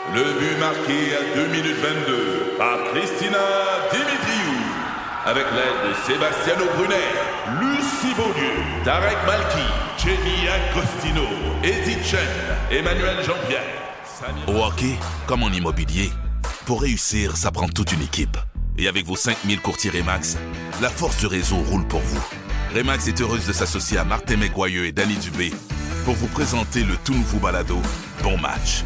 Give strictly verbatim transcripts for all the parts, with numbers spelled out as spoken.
Le but marqué à deux minutes vingt-deux par Christina Dimitriou. Avec l'aide de Sebastiano Brunet, Lucie Beaulieu, Tarek Malki, Jenny Agostino, Eddie Chen, Emmanuel Jean-Pierre. Samir... Au hockey, comme en immobilier, pour réussir, ça prend toute une équipe. Et avec vos cinq mille courtiers Remax, la force du réseau roule pour vous. Remax est heureuse de s'associer à Martin McGuire et Danny Dubé pour vous présenter le tout nouveau balado Bon Match.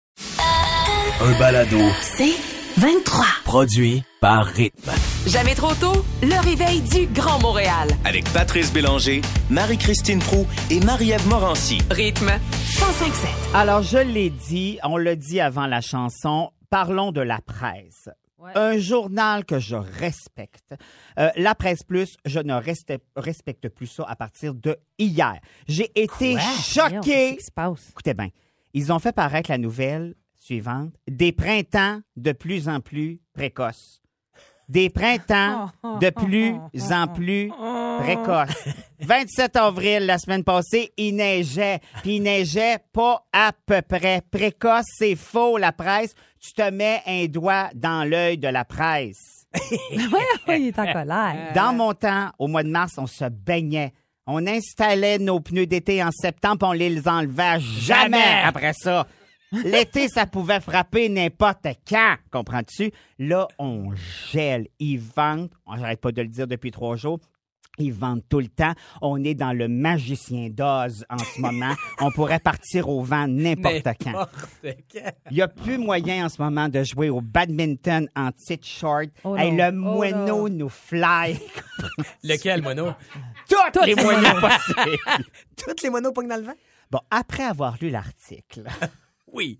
Un balado. C'est vingt-trois. Produit par Rythme. Jamais trop tôt, le réveil du Grand Montréal. Avec Patrice Bélanger, Marie-Christine Proulx et Marie-Ève Morancy. Rythme cent cinq virgule sept. Alors, je l'ai dit, on l'a dit avant la chanson, parlons de la presse. Ouais. Un journal que je respecte. Euh, la Presse Plus, je ne reste, respecte plus ça à partir de hier. J'ai été Quoi? choquée. Qu'est-ce qui se passe? Écoutez bien, ils ont fait paraître la nouvelle suivante. Des printemps de plus en plus précoces. Des printemps de plus en plus précoces. vingt-sept avril, la semaine passée, il neigeait. Puis il neigeait pas à peu près. Précoce, c'est faux, la presse. Tu te mets un doigt dans l'œil de la presse. Oui, il est en colère. Dans mon temps, au mois de mars, on se baignait. On installait nos pneus d'été en septembre, puis on les enlevait jamais, jamais après ça. L'été, ça pouvait frapper n'importe quand, comprends-tu? Là, on gèle. Ils vendent, j'arrête pas de le dire depuis trois jours, ils vendent tout le temps. On est dans le magicien d'Oz en ce moment. On pourrait partir au vent n'importe quand. Il n'y a plus moyen en ce moment de jouer au badminton en petite short. Oh hey, le oh moineau no. nous fly. Lequel, moineau? Toutes, Toutes les moineaux possibles. Toutes les moineaux pognent dans le vent? Bon, après avoir lu l'article... Oui.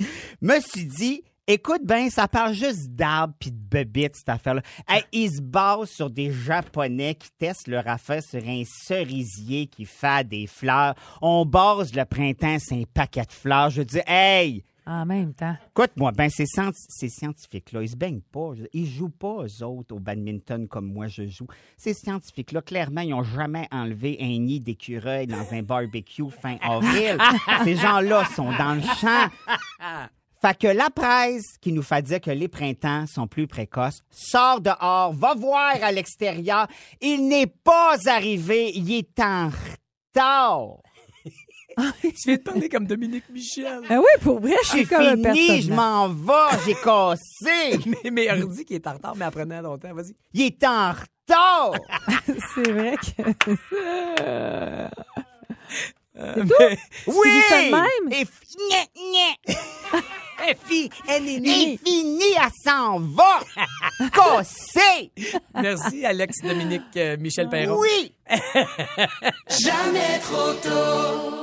Me suis dit, écoute bien, ça parle juste d'arbres puis de bébites, cette affaire-là. Hey, ils se basent sur des Japonais qui testent leur affaire sur un cerisier qui fait des fleurs. On base le printemps sur un paquet de fleurs. Je dis, hey! En même temps. Écoute-moi, ben ces, ces scientifiques-là, ils se baignent pas. Ils jouent pas, eux autres, au badminton comme moi je joue. Ces scientifiques-là, clairement, ils n'ont jamais enlevé un nid d'écureuil dans un barbecue fin avril. Ces gens-là sont dans le champ. Fait que la presse qui nous fait dire que les printemps sont plus précoces, sort dehors, va voir à l'extérieur. Il n'est pas arrivé, il est en retard. Tu viens de parler comme Dominique Michel. Ah oui, pour vrai, je suis comme fini, un personnage. Je m'en vais, j'ai cassé. mais, mais on dit qu'il est en retard, mais apprenez longtemps, vas-y. Il est en retard. C'est vrai que... Euh, C'est mais... tout? Oui! Tu dis ça de même? Et fini, Et fi, elle est Et fini, elle s'en va. Cassé. Merci, Alex Dominique euh, Michel Perron. Oui. Jamais trop tôt.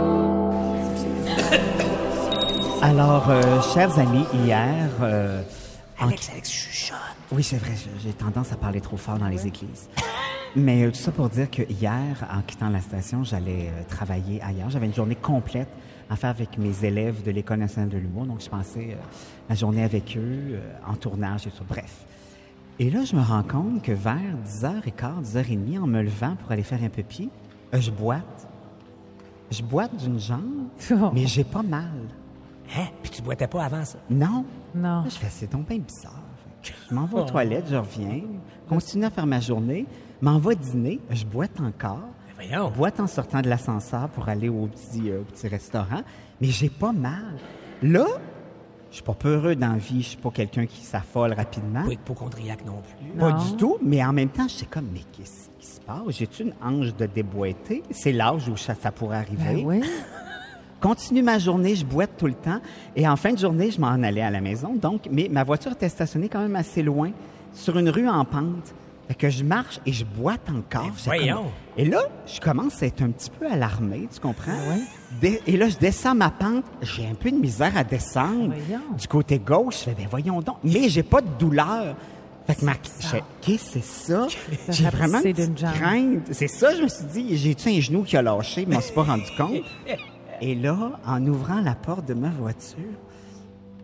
Alors, euh, chers amis, hier... Euh, Alex, en... Alex, chuchote. Oui, c'est vrai, j'ai tendance à parler trop fort dans les églises. Mais euh, tout ça pour dire que hier, en quittant la station, j'allais euh, travailler ailleurs. J'avais une journée complète à faire avec mes élèves de l'École nationale de l'humour. Donc, je passais euh, la journée avec eux, euh, en tournage et tout. Bref. Et là, je me rends compte que vers dix heures quinze, dix heures trente, en me levant pour aller faire un pipi, euh, je boite. Je boite d'une jambe, oh. mais j'ai pas mal. Hein? Puis tu boitais pas avant ça? Non. Non. Là, je fais, c'est donc bien bizarre. Je m'en vais aux toilettes, je reviens, continue à faire ma journée, m'en vais dîner, je boite encore. Mais voyons. Je boite en sortant de l'ascenseur pour aller au petit, euh, au petit restaurant, mais j'ai pas mal. Là, je suis pas peureux dans la vie, je suis pas quelqu'un qui s'affole rapidement. Pas hypochondriaque non plus. Pas Non. du tout, mais en même temps, je suis comme, mais qu'est-ce qui se passe? J'ai-tu une hanche de déboîté? C'est l'âge où ça, ça pourrait arriver. Ben oui. Continue ma journée, je boite tout le temps. Et en fin de journée, je m'en allais à la maison. Donc, mais ma voiture était stationnée quand même assez loin, sur une rue en pente. Fait que je marche et je boite encore. Voyons. Comme... Et là, je commence à être un petit peu alarmé, tu comprends? Ah ouais? Dé... Et là, je descends ma pente. J'ai un peu de misère à descendre. Voyons. Du côté gauche, je fais, ben voyons donc. Mais j'ai pas de douleur. Fait que ma... je... Qu'est-ce que c'est ça? J'ai vraiment une d'une petite jambe. crainte. C'est ça, je me suis dit, j'ai-tu un genou qui a lâché? Je m'en suis pas rendu compte. Et là, en ouvrant la porte de ma voiture,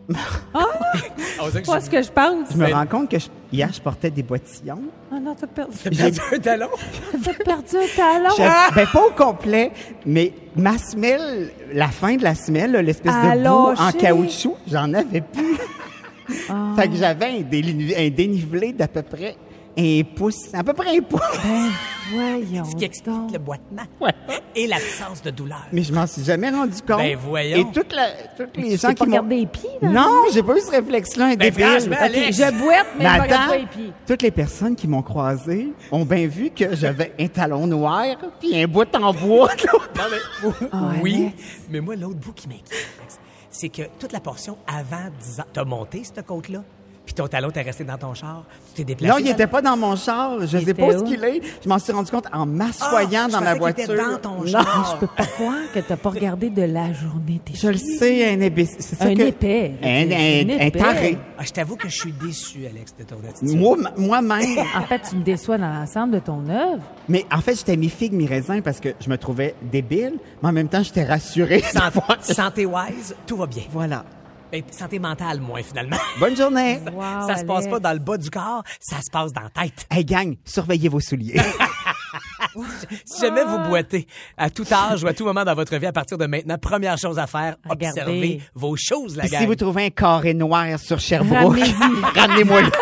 Ah! C'est pas ce que je pense. Je me rends compte que je- hier, je portais des bottillons. Ah non, t'as perdu. T'as perdu un talon? T'as perdu un talon. Je- ben, pas au complet, mais ma semelle, la fin de la semelle, là, l'espèce de Alors, bout en chez- caoutchouc, j'en avais plus. Ah. Fait que j'avais un, déli- un dénivelé d'à peu près un pouce, à peu près un pouce. Ben, voyons. Ce qui explique donc. le boitement Ouais. et l'absence de douleur. Mais je m'en suis jamais rendu compte. Ben, voyons. Et toute la, toutes les Tu gens t'es qui pas m'ont... regardé les pieds, dans Non, j'ai pas eu ce réflexe-là, un Ben, débile. franchement, Ok, Alex. Je boite, mais, Mais je me regarde attends, pas les pieds. toutes les personnes qui m'ont croisé ont bien vu que j'avais un talon noir puis un bout en bois de l'autre. Non, mais, Ah, oui, Alex. mais moi, l'autre bout qui m'inquiète, Alex, c'est que toute la portion avant dix ans, t'as monté cette côte-là, puis ton talon t'est resté dans ton char, tu t'es déplacé. Non, il était pas dans mon char. Je Il sais était pas où où? ce qu'il est. Je m'en suis rendu compte en m'assoyant Ah, je dans ma pensais qu'il voiture. était dans ton Non, char. Je peux pas croire que t'as pas regardé de la journée. T'es je le sais, un épais. C'est ça Un que... épais. Un, Un un, un épais. taré. Ah, je t'avoue que je suis déçu, Alex, de ton attitude. Moi, moi-même. En fait, tu me déçois dans l'ensemble de ton œuvre. Mais en fait, j'étais mi-figue, mi-raisin parce que je me trouvais débile, mais en même temps, j'étais rassuré. Santé, santé-wise, tout va bien. Voilà. Ben, santé mentale, moins, finalement. Bonne journée. Wow, ça se passe Alex. pas dans le bas du corps, ça se passe dans la tête. Hey, gang, surveillez vos souliers. Si jamais vous boitez à tout âge ou à tout moment dans votre vie, à partir de maintenant, première chose à faire, Regardez. observez vos choses, la Puis gang. si vous trouvez un carré noir sur Sherbrooke, Ramenez-y. ramenez-moi là.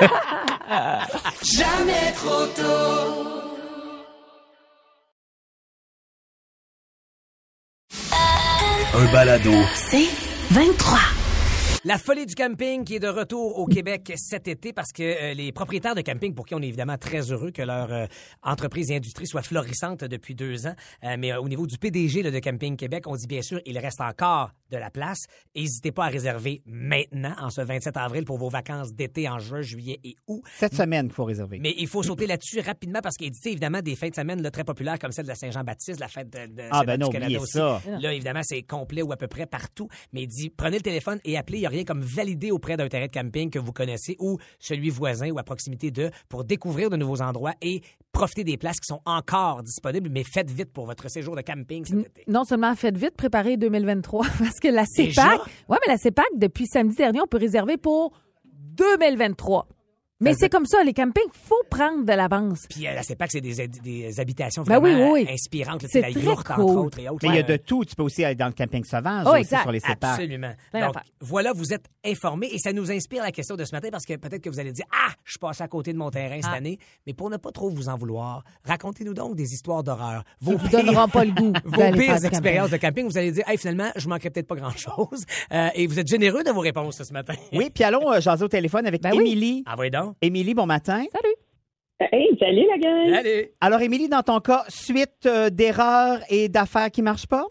Un balado. C'est vingt-trois. La folie du camping qui est de retour au Québec cet été parce que euh, les propriétaires de camping, pour qui on est évidemment très heureux que leur euh, entreprise et industrie soit florissante depuis deux ans, euh, mais euh, au niveau du P D G là, de Camping Québec, on dit bien sûr, il reste encore de la place. N'hésitez pas à réserver maintenant, en ce vingt-sept avril, pour vos vacances d'été en juin, juillet et août. Cette semaine, il faut réserver. Mais il faut sauter là-dessus rapidement parce qu'il existe évidemment des fêtes de semaine là, très populaires comme celle de la Saint-Jean-Baptiste, la fête de, de Ah, Saint-Jean ben non, du Canada oubliez aussi. ça. Là, évidemment, c'est complet ou à peu près partout. Mais il dit, prenez le téléphone et appelez. Il n'y a rien comme valider auprès d'un terrain de camping que vous connaissez ou celui voisin ou à proximité de pour découvrir de nouveaux endroits et profiter des places qui sont encore disponibles. Mais faites vite pour votre séjour de camping cet été. Non seulement faites vite, préparez deux mille vingt-trois, parce que la Déjà? CEPAC, ouais, mais la CEPAC, depuis samedi dernier, on peut réserver pour deux mille vingt-trois. Mais c'est comme ça, les campings, faut prendre de l'avance. Puis euh, la CEPAC, c'est des, des habitations Ben vraiment oui, oui, oui. inspirantes. là, C'est la très yourte, entre cool. autres, et autres. Mais il y a Ouais. de tout. Tu peux aussi aller dans le camping sauvage Oh, aussi exact. sur les sépacs. Absolument. Plein Donc, d'affaires. voilà, vous êtes informés et ça nous inspire la question de ce matin parce que peut-être que vous allez dire « Ah, je suis passé à côté de mon terrain cette Ah. année. » Mais pour ne pas trop vous en vouloir, racontez-nous donc des histoires d'horreur. Vos Vous donneront pas le goût vos d'aller pires faire du expériences camping. de camping. Vous allez dire « Hey, finalement, je manquerais peut-être pas grand-chose. Euh, et vous êtes généreux de vos réponses ce matin. Oui, puis allons euh, jaser au téléphone avec Ben oui. Émilie. Ah, oui donc. Émilie, bon matin. Salut! Hey, salut la gang! Allez. Alors, Émilie, dans ton cas, suite euh, d'erreurs et d'affaires qui marchent pas?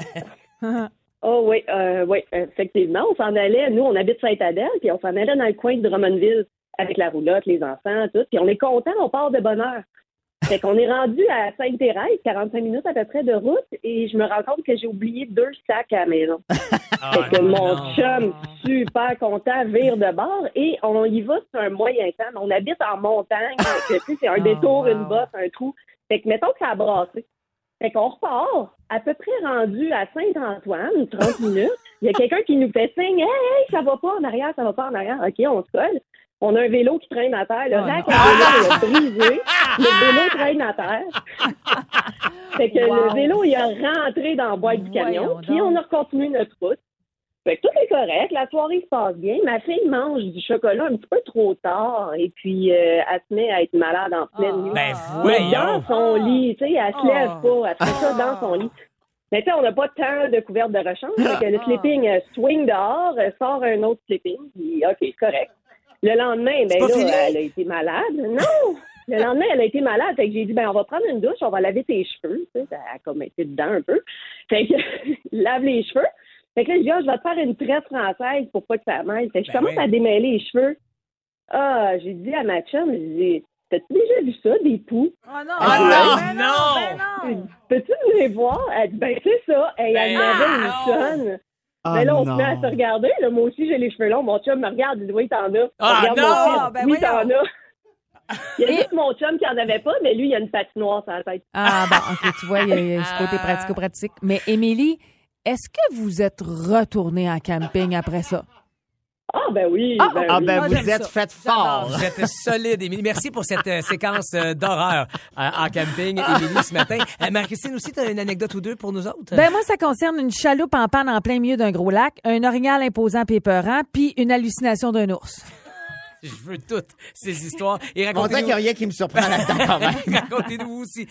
Oh oui, euh, oui, effectivement, on s'en allait, nous on habite Sainte-Adèle, puis on s'en allait dans le coin de Drummondville avec la roulotte, les enfants, tout, puis on est content, on part de bonne heure. Fait qu'on est rendu à Sainte-Thérèse, quarante-cinq minutes à peu près de route, et je me rends compte que j'ai oublié deux sacs à la maison. Ah, Fait que non, mon non. chum, super content, vire de bord, et on y va sur un moyen temps. On habite en montagne, fait que, tu sais, c'est un Oh, détour, wow. une bosse, un trou. Fait que mettons que ça a brassé. Fait qu'on repart, à peu près rendu à Saint-Antoine, trente minutes. Il y a quelqu'un qui nous fait signe, « Hey, hey, ça va pas en arrière, ça va pas en arrière. » OK, on se colle. On a un vélo qui traîne à terre. Le Oh rack non. à vélo il a brisé. Le vélo traîne à terre. Fait que Wow. le vélo, il a rentré dans la boîte du camion. Voyons Puis donc. on a continué notre route. Fait que tout est correct. La soirée se passe bien. Ma fille mange du chocolat un petit peu trop tard. Et puis, euh, elle se met à être malade en pleine Oh. nuit. Ben, Mais voyons. dans son lit, tu sais, elle se Oh. lève pas, elle fait ça dans son lit. Mais tu sais, on n'a pas tant de couvertes de rechange, fait que le Ah. sleeping euh, swing dehors, euh, sort un autre sleeping, puis OK, c'est correct. Le lendemain, C'est ben pas là, fini? elle a été malade. Non! Le lendemain, elle a été malade, fait que j'ai dit, ben on va prendre une douche, on va laver tes cheveux, tu sais, elle a comme été dedans un peu. Fait que, lave les cheveux. Fait que là, je dis, ah, je vais te faire une tresse française pour pas que ça mêle. Fait que je Ben commence oui. à démêler les cheveux. Ah, j'ai dit à ma chum, j'ai dit, t'as-tu déjà vu ça, des poux? Oh non! Ah, non, ben non. ben non! Peux-tu venir voir? Elle dit, ben c'est ça. Et elle Ben m'avait non. une sonne. Ah, Mais là, on se non. met à se regarder. Là, moi aussi, j'ai les cheveux longs. Mon chum me regarde, il dit, oui, t'en as. Ah, Regarde non! mon fils. Ben oui, voyons. t'en as. Il y a Et- juste mon chum qui en avait pas, mais lui, il a une patinoire sur la tête. Ah bon, OK, tu vois, il y a, il y a ce côté pratico-pratique. Mais Émilie, est-ce que vous êtes retournée en camping après ça? Ah, ben oui. Ah, ben, ah, oui. ben Ah, vous j'aime êtes ça. fait fort. Vous êtes solide, Émilie. Merci pour cette euh, séquence euh, d'horreur euh, en camping, Émilie, ce matin. Euh, Marie-Christine aussi, tu as une anecdote ou deux pour nous autres? Ben moi, ça concerne une chaloupe en panne en plein milieu d'un gros lac, un orignal imposant et épeurant, puis une hallucination d'un ours. Je veux toutes ces histoires. Et On dirait qu'il racontez-nous... n'y a rien qui me surprend là-dedans quand même. Racontez-nous aussi.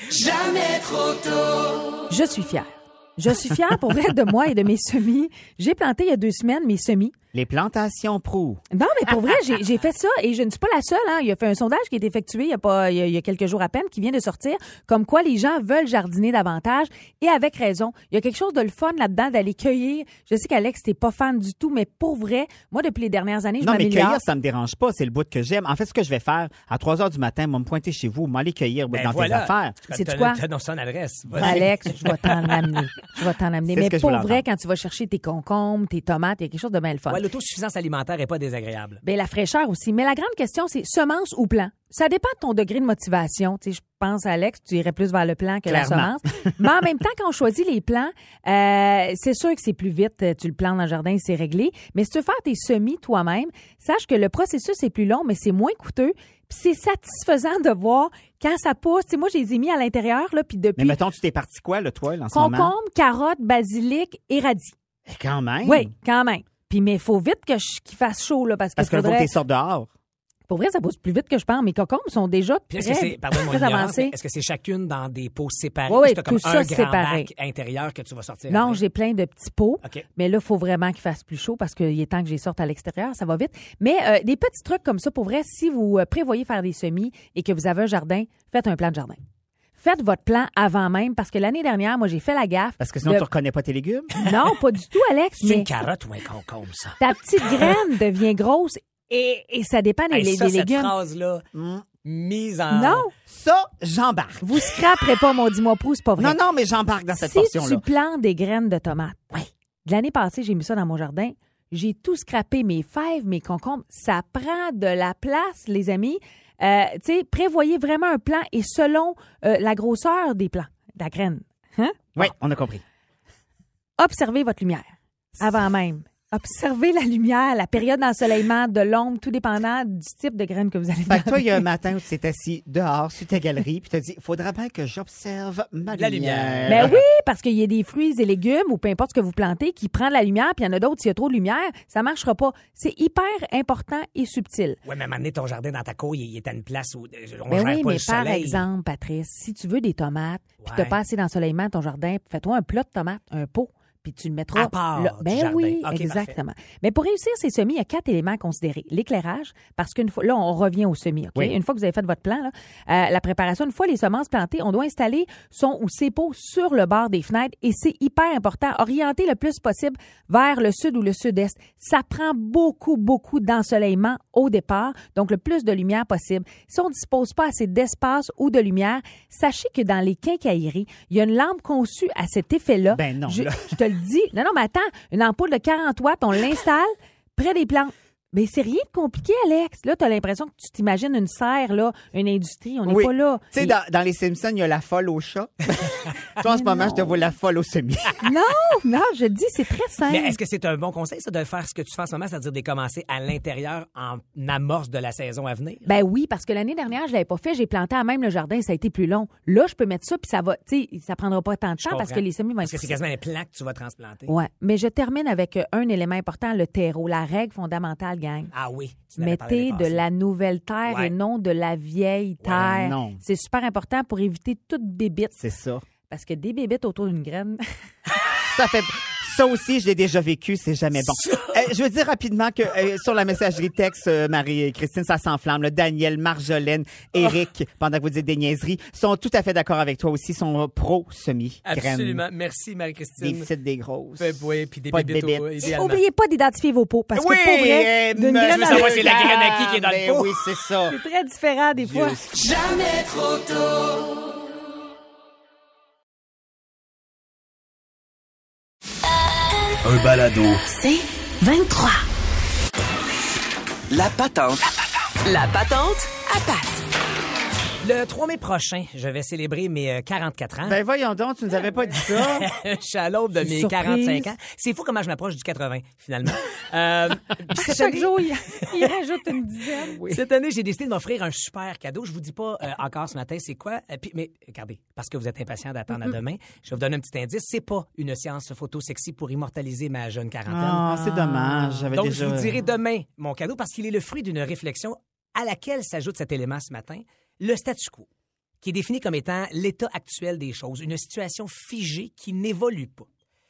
Je suis fière. Je suis fière pour vrai de moi et de mes semis. J'ai planté il y a deux semaines mes semis. Les plantations Prou. Non, mais pour vrai, j'ai, j'ai fait ça et je ne suis pas la seule. Hein. Il y a fait un sondage qui a été effectué il y a, pas, il y a, il y a quelques jours à peine, qui vient de sortir, comme quoi les gens veulent jardiner davantage et avec raison. Il y a quelque chose de le fun là-dedans d'aller cueillir. Je sais qu'Alex, t'es pas fan du tout, mais pour vrai, moi, depuis les dernières années, je Non, mais m'améliore. cueillir, ça me dérange pas. C'est le bout que j'aime. En fait, ce que je vais faire, à trois heures du matin, moi, me pointer chez vous, m'aller cueillir Ben dans voilà. tes affaires. C'est T'as- quoi? T'as non, son adresse. Vas-y. Alex, je vais t'en amener. Je vais t'en amener. C'est ce Mais que je pour voulais vrai, entendre. quand tu vas chercher tes concombres, tes tomates, il y a quelque chose de bien le fun. Ouais, l'autosuffisance alimentaire est pas désagréable. Ben, la fraîcheur aussi. Mais la grande question, c'est semence ou plant? Ça dépend de ton degré de motivation. Tu sais, je pense, Alex, tu irais plus vers le plant que Clairement. la semence. Mais en même temps, quand on choisit les plants, euh, c'est sûr que c'est plus vite. Tu le plantes dans le jardin, c'est réglé. Mais si tu veux faire tes semis toi-même, sache que le processus est plus long, mais c'est moins coûteux. Puis c'est satisfaisant de voir quand ça pousse. Tu sais, moi, je les ai mis à l'intérieur, là, puis Mais depuis, mettons, tu t'es parti quoi, le toile, en ce moment? concombre, carottes, basilic et radis. Eh, Quand même. Oui, quand même. Puis, mais il faut vite que je- qu'il fasse chaud, là, parce que Parce que faut que faudrait... tu sortes dehors. Pour vrai, ça pousse plus vite que je pense. Mes concombres sont déjà Puis très, est-ce que c'est, pardon, mon très ignorance, avancés. mais est-ce que c'est chacune dans des pots séparés? Oui, Ou oui, c'est comme tout un ça grand séparé. bac intérieur que tu vas sortir? Non, après? j'ai plein de petits pots. OK. Mais là, il faut vraiment qu'il fasse plus chaud parce qu'il est temps que j'y sorte à l'extérieur. Ça va vite. Mais euh, des petits trucs comme ça, pour vrai, si vous euh, prévoyez faire des semis et que vous avez un jardin, faites un plan de jardin. Faites votre plan avant même parce que l'année dernière, moi, j'ai fait la gaffe. Parce que sinon, de- tu reconnais pas tes légumes. Non, pas du tout, Alex. C'est mais une carotte ou un concombre, ça? ta petite graine devient grosse et, et ça dépend des, Hey, des ça, cette légumes. phrase-là, mise en... Non, Ça, j'embarque. vous scraperez pas mon dis-moi Prou, c'est pas vrai. Non, non, mais j'embarque dans cette Si portion-là. tu plantes des graines de tomates, de l'année passée, j'ai mis ça dans mon jardin. J'ai tout scrappé, mes fèves, mes concombres. Ça prend de la place, les amis. Euh, tu sais, prévoyez vraiment un plan et selon euh, la grosseur des plants, de la graine. Hein? Oui, on a compris. Observez votre lumière avant même. Observez la lumière, la période d'ensoleillement, de l'ombre, tout dépendant du type de graines que vous allez Fait que toi, planter. il y a un matin où tu t'es assis dehors, sur ta galerie, puis tu as dit, faudra bien que j'observe ma La lumière. Ben oui, parce qu'il y a des fruits et légumes ou peu importe ce que vous plantez qui prend de la lumière, puis il y en a d'autres, s'il y a trop de lumière, ça marchera pas. C'est hyper important et subtil. Ouais, mais à un moment donné, ton jardin dans ta cour, il il est à une place où euh, on Ben gère oui, pas mais le par soleil. exemple, Patrice, si tu veux des tomates, puis Ouais. t'as pas assez d'ensoleillement dans ton jardin, fais-toi un plat de tomates, un pot, puis tu le mettras À part là. du Ben jardin. oui, OK, exactement. Mais pour réussir ces semis, il y a quatre éléments à considérer. L'éclairage, parce qu'une fois, là, on revient aux semis, OK? Oui. Une fois que vous avez fait votre plan, là, euh, la préparation, une fois les semences plantées, on doit installer son ou ses pots sur le bord des fenêtres et c'est hyper important. Orienter le plus possible vers le sud ou le sud-est. Ça prend beaucoup, beaucoup d'ensoleillement au départ, donc le plus de lumière possible. Si on ne dispose pas assez d'espace ou de lumière, sachez que dans les quincailleries, il y a une lampe conçue à cet effet-là. Ben non, Je, là. je te le dis. Non, non, mais attends, une ampoule de quarante watts, on l'installe près des plantes. Mais c'est rien de compliqué, Alex. Là, tu as l'impression que tu t'imagines une serre, là, une industrie. On n'est Oui. pas là. Tu sais, Et- dans, dans les Simpsons, il y a la folle au chat. Toi, en ce moment, je te vois la folle au semis. Non, non, je te dis, c'est très simple. Mais est-ce que c'est un bon conseil, ça, de faire ce que tu fais en ce moment, c'est-à-dire de commencer à l'intérieur en amorce de la saison à venir? Ben oui, parce que l'année dernière, je l'avais pas fait. J'ai planté à même le jardin, ça a été plus long. Là, je peux mettre ça, puis ça va, tu sais, ça prendra pas tant de Je temps parce comprends. que les semis vont Parce être que c'est poussés. quasiment un plant que tu vas transplanter. Ouais, mais je termine avec euh, un élément important, le terreau, la règle fondamentale, gang. Ah oui. tu m'avais parlé Mettez l'année de passée. la nouvelle terre Ouais. et non de la vieille terre. non. C'est super important pour éviter toute bébite. C'est ça. Parce que des bébites autour d'une graine. Ça fait. Ça aussi, je l'ai déjà vécu, c'est jamais bon. Euh, je veux dire rapidement que euh, sur la messagerie texte, euh, Marie et Christine, ça s'enflamme. Là. Daniel, Marjolaine, Eric, pendant que vous dites des niaiseries, sont tout à fait d'accord avec toi aussi, sont pro-semi-graines. Absolument. Merci, Des Marie-Christine. petites, des grosses. Fait, oui, puis des Pas de bébites, bébites. au- idéalement. Oubliez pas d'identifier vos pots. Parce Oui, que pour vrai, euh, d'une me- graine je veux à savoir l'autre, c'est la graine à qui qui est dans le Ben pot. oui, c'est ça. c'est très différent des fois. Un balado. C'est vingt-trois. La patente. La patente à patte. Le trois mai prochain, je vais célébrer mes euh, quarante-quatre ans. Ben voyons donc, tu nous avais pas dit ça. Je suis à l'aube de mes Surprise. quarante-cinq ans. C'est fou comment je m'approche du quatre-vingts, finalement. euh, cette Chaque année- jour, il, il rajoute une dizaine. Cette année, j'ai décidé de m'offrir un super cadeau. Je vous dis pas euh, encore ce matin c'est quoi. Euh, puis, mais regardez, parce que vous êtes impatient d'attendre à demain, je vais vous donner un petit indice. C'est pas une séance photo sexy pour immortaliser ma jeune quarantaine. Ah, c'est dommage. J'avais Donc, déjà... je vous dirai demain mon cadeau parce qu'il est le fruit d'une réflexion à laquelle s'ajoute cet élément ce matin, le statu quo, qui est défini comme étant l'état actuel des choses, une situation figée qui n'évolue pas.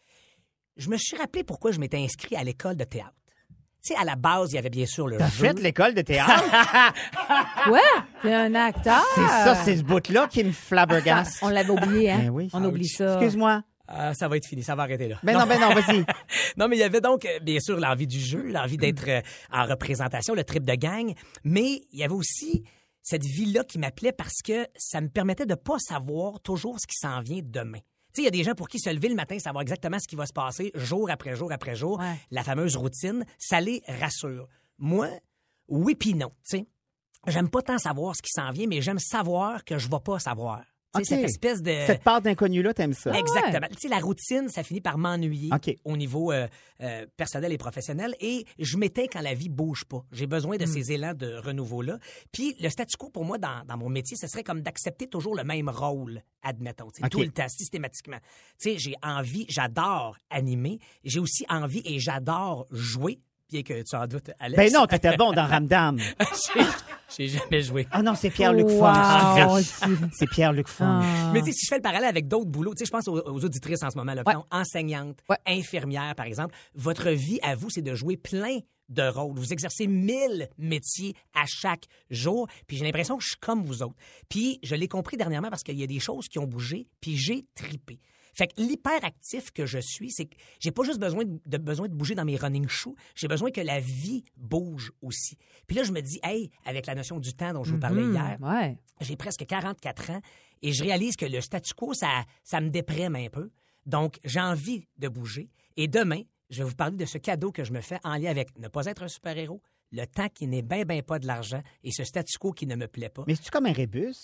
Je me suis rappelé pourquoi je m'étais inscrit à l'école de théâtre. Tu sais, à la base, il y avait bien sûr le T'as jeu. fait l'école de théâtre? Ouais, t'es un acteur. C'est ça, c'est ce bout-là qui me flabbergasse. On l'avait oublié, hein? Ben oui. On oublie ça. Excuse-moi. Ah, ça va être fini, ça va arrêter là. Ben non, ben non, vas-y. Non, mais il y avait donc, euh, bien sûr, l'envie du jeu, l'envie d'être euh, en représentation, le trip de gang, mais il y avait aussi cette vie-là qui m'appelait parce que ça me permettait de pas savoir toujours ce qui s'en vient demain. Tu sais, il y a des gens pour qui se lever le matin, savoir exactement ce qui va se passer jour après jour après jour, Ouais. la fameuse routine, ça les rassure. Moi, oui puis non, tu sais. J'aime pas tant savoir ce qui s'en vient, mais j'aime savoir que je vais pas savoir. Tu sais, OK. cette espèce de... Cette part d'inconnu-là, t'aimes ça? Exactement. Tu sais, la routine, ça finit par m'ennuyer OK. au niveau euh, euh, personnel et professionnel. Et je m'éteins quand la vie bouge pas. J'ai besoin de ces élans de renouveau-là. Puis le statu quo, pour moi, dans, dans mon métier, ce serait comme d'accepter toujours le même rôle, admettons, tu sais, OK. tout le temps, systématiquement. Tu sais, j'ai envie, j'adore animer. J'ai aussi envie et j'adore jouer, bien que tu en doutes, Alex. Ben non, t'étais bon dans Ramdam. J'ai- J'ai jamais joué. Ah non, c'est Pierre-Luc Wow. Funk. C'est Pierre-Luc Funk. Ah. Mais tu sais, si je fais le parallèle avec d'autres boulots, tu sais, je pense aux, aux auditrices en ce moment, là, Ouais. qui sont enseignantes, Ouais. infirmières, par exemple. Votre vie, à vous, c'est de jouer plein de rôles. Vous exercez mille métiers à chaque jour. Puis j'ai l'impression que je suis comme vous autres. Puis je l'ai compris dernièrement parce qu'il y a des choses qui ont bougé, puis j'ai tripé. Fait que l'hyperactif que je suis, c'est que j'ai pas juste besoin de, de- besoin de bouger dans mes running shoes, j'ai besoin que la vie bouge aussi. Puis là, je me dis, hey, avec la notion du temps dont je vous parlais Hum, hier, Ouais. j'ai presque quarante-quatre ans et je réalise que le statu quo, ça, ça me déprime un peu. Donc, j'ai envie de bouger. Et demain, je vais vous parler de ce cadeau que je me fais en lien avec ne pas être un super-héros, le temps qui n'est ben, ben pas de l'argent et ce statu quo qui ne me plaît pas. Mais c'est-tu comme un rébus?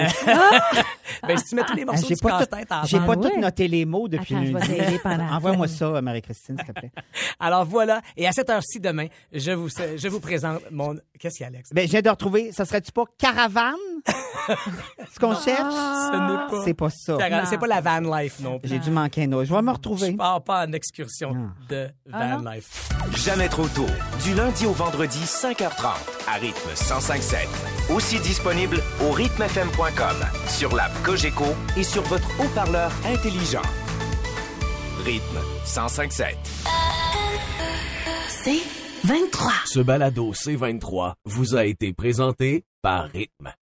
Ben, si tu mets tous les Ah, morceaux J'ai du pas, tout, casse-tête en j'ai bande. pas ouais. tout noté les mots depuis Attends, je vais lundi. t'aider pendant la Envoie-moi fin. ça, Marie-Christine, s'il te plaît. Alors voilà, et à cette heure-ci demain, je vous, je vous présente mon... Qu'est-ce qu'il y a, Alex? Ben, j'ai de retrouver, ça serait-tu pas caravane? Ce qu'on cherche? Ce n'est pas... C'est pas ça. Cara- C'est pas la van life non plus. J'ai dû manquer un autre. Je vais me Je retrouver. pars pas en excursion Non. de Ah van non? life. Jamais trop tôt. Du lundi au vendredi, cinq heures trente, à rythme cent cinq sept. Aussi disponible au rythme f m point com, sur l'app Cogeco et sur votre haut-parleur intelligent. Rythme cent cinq sept. C'est vingt-trois. Ce balado C vingt-trois vous a été présenté par Rythme.